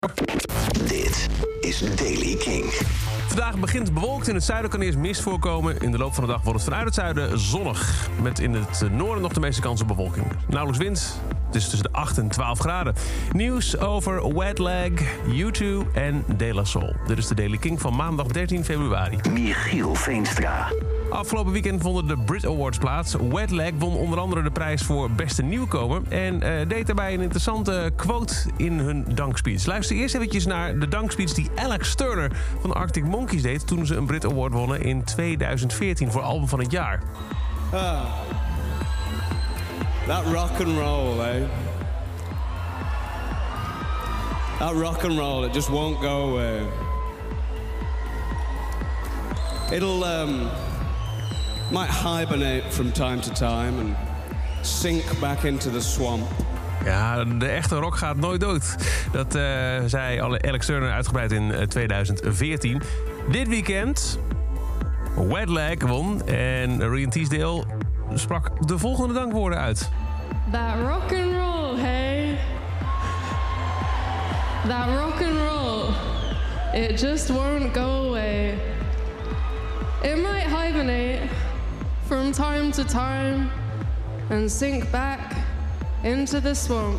Dit is Daily King. Vandaag begint bewolkt. In het zuiden kan eerst mist voorkomen. In de loop van de dag wordt het vanuit het zuiden zonnig. Met in het noorden nog de meeste kans op bewolking. Nauwelijks wind. Het is tussen de 8 en 12 graden. Nieuws over Wet Leg, U2 en De La Soul. Dit is de Daily King van maandag 13 februari. Michiel Veenstra. Afgelopen weekend vonden de Brit Awards plaats. Wet Leg won onder andere de prijs voor beste nieuwkomer. En deed daarbij een interessante quote in hun dankspeech. Luister eerst eventjes naar de dankspeech die Alex Turner van Arctic Monkeys deed toen ze een Brit Award wonnen in 2014 voor album van het jaar. That rock and roll, eh? That rock and roll, it just won't go away. It'll might hibernate from time to time and sink back into the swamp. Ja, de echte rock gaat nooit dood. Dat zei Alex Turner uitgebreid in 2014. Dit weekend Wet Leg won en Ryan Teasdale sprak de volgende dankwoorden uit. That rock and roll, hey. That rock and roll, it just won't go away. It might hibernate from time to time and sink back into the swamp.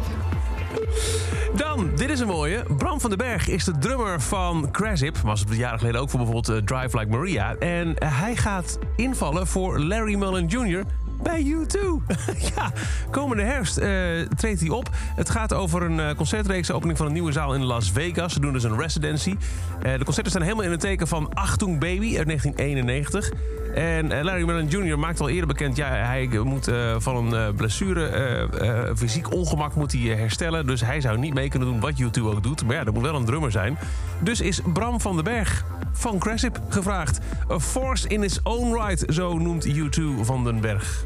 Dan, dit is een mooie. Bram van den Berg is de drummer van Crazip. Was het jaren geleden ook voor bijvoorbeeld Drive Like Maria. En hij gaat invallen voor Larry Mullen Jr. bij U2. Ja, komende herfst treedt hij op. Het gaat over een concertreeks, de opening van een nieuwe zaal in Las Vegas. Ze doen dus een residency. De concerten staan helemaal in het teken van Achtung Baby uit 1991. En Larry Mullen Jr. maakt al eerder bekend... ja, hij moet van een blessure, fysiek ongemak moet hij herstellen. Dus hij zou niet mee kunnen doen wat U2 ook doet. Maar ja, er moet wel een drummer zijn. Dus is Bram van den Berg van Crazip gevraagd. A force in its own right, zo noemt U2 van den Berg.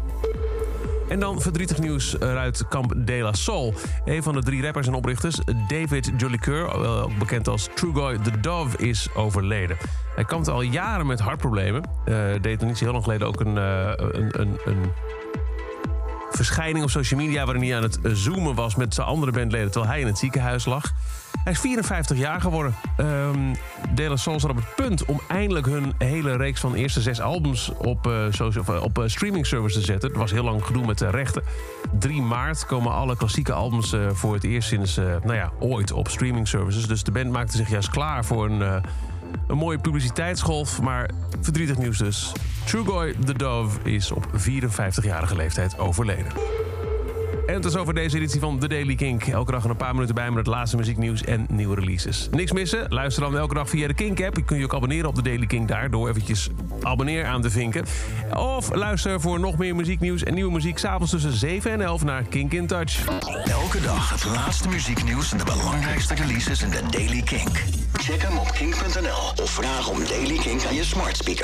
En dan verdrietig nieuws uit kamp De La Soul. Een van de 3 rappers en oprichters, David Jolicoeur, ook bekend als Trugoy the Dove, is overleden. Hij kampte al jaren met hartproblemen. Deed er niet zo heel lang geleden ook een verschijning op social media waarin hij aan het zoomen was met zijn andere bandleden terwijl hij in het ziekenhuis lag. Hij is 54 jaar geworden. De La Soul zat op het punt om eindelijk hun hele reeks van de eerste 6 albums op streaming service te zetten. Er was heel lang gedoe met de rechten. 3 maart komen alle klassieke albums voor het eerst sinds ooit op streaming services. Dus de band maakte zich juist klaar voor een mooie publiciteitsgolf. Maar verdrietig nieuws dus. Trugoy the Dove is op 54-jarige leeftijd overleden. En tot zover deze editie van The Daily Kink. Elke dag een paar minuten bij met het laatste muzieknieuws en nieuwe releases. Niks missen? Luister dan elke dag via de Kink-app. Je kunt je ook abonneren op The Daily Kink daar door eventjes abonneer aan te vinken. Of luister voor nog meer muzieknieuws en nieuwe muziek 's avonds tussen 7 en 11 naar Kink in Touch. Elke dag het laatste muzieknieuws en de belangrijkste releases in de Daily Kink. Check hem op kink.nl of vraag om Daily Kink aan je smart speaker.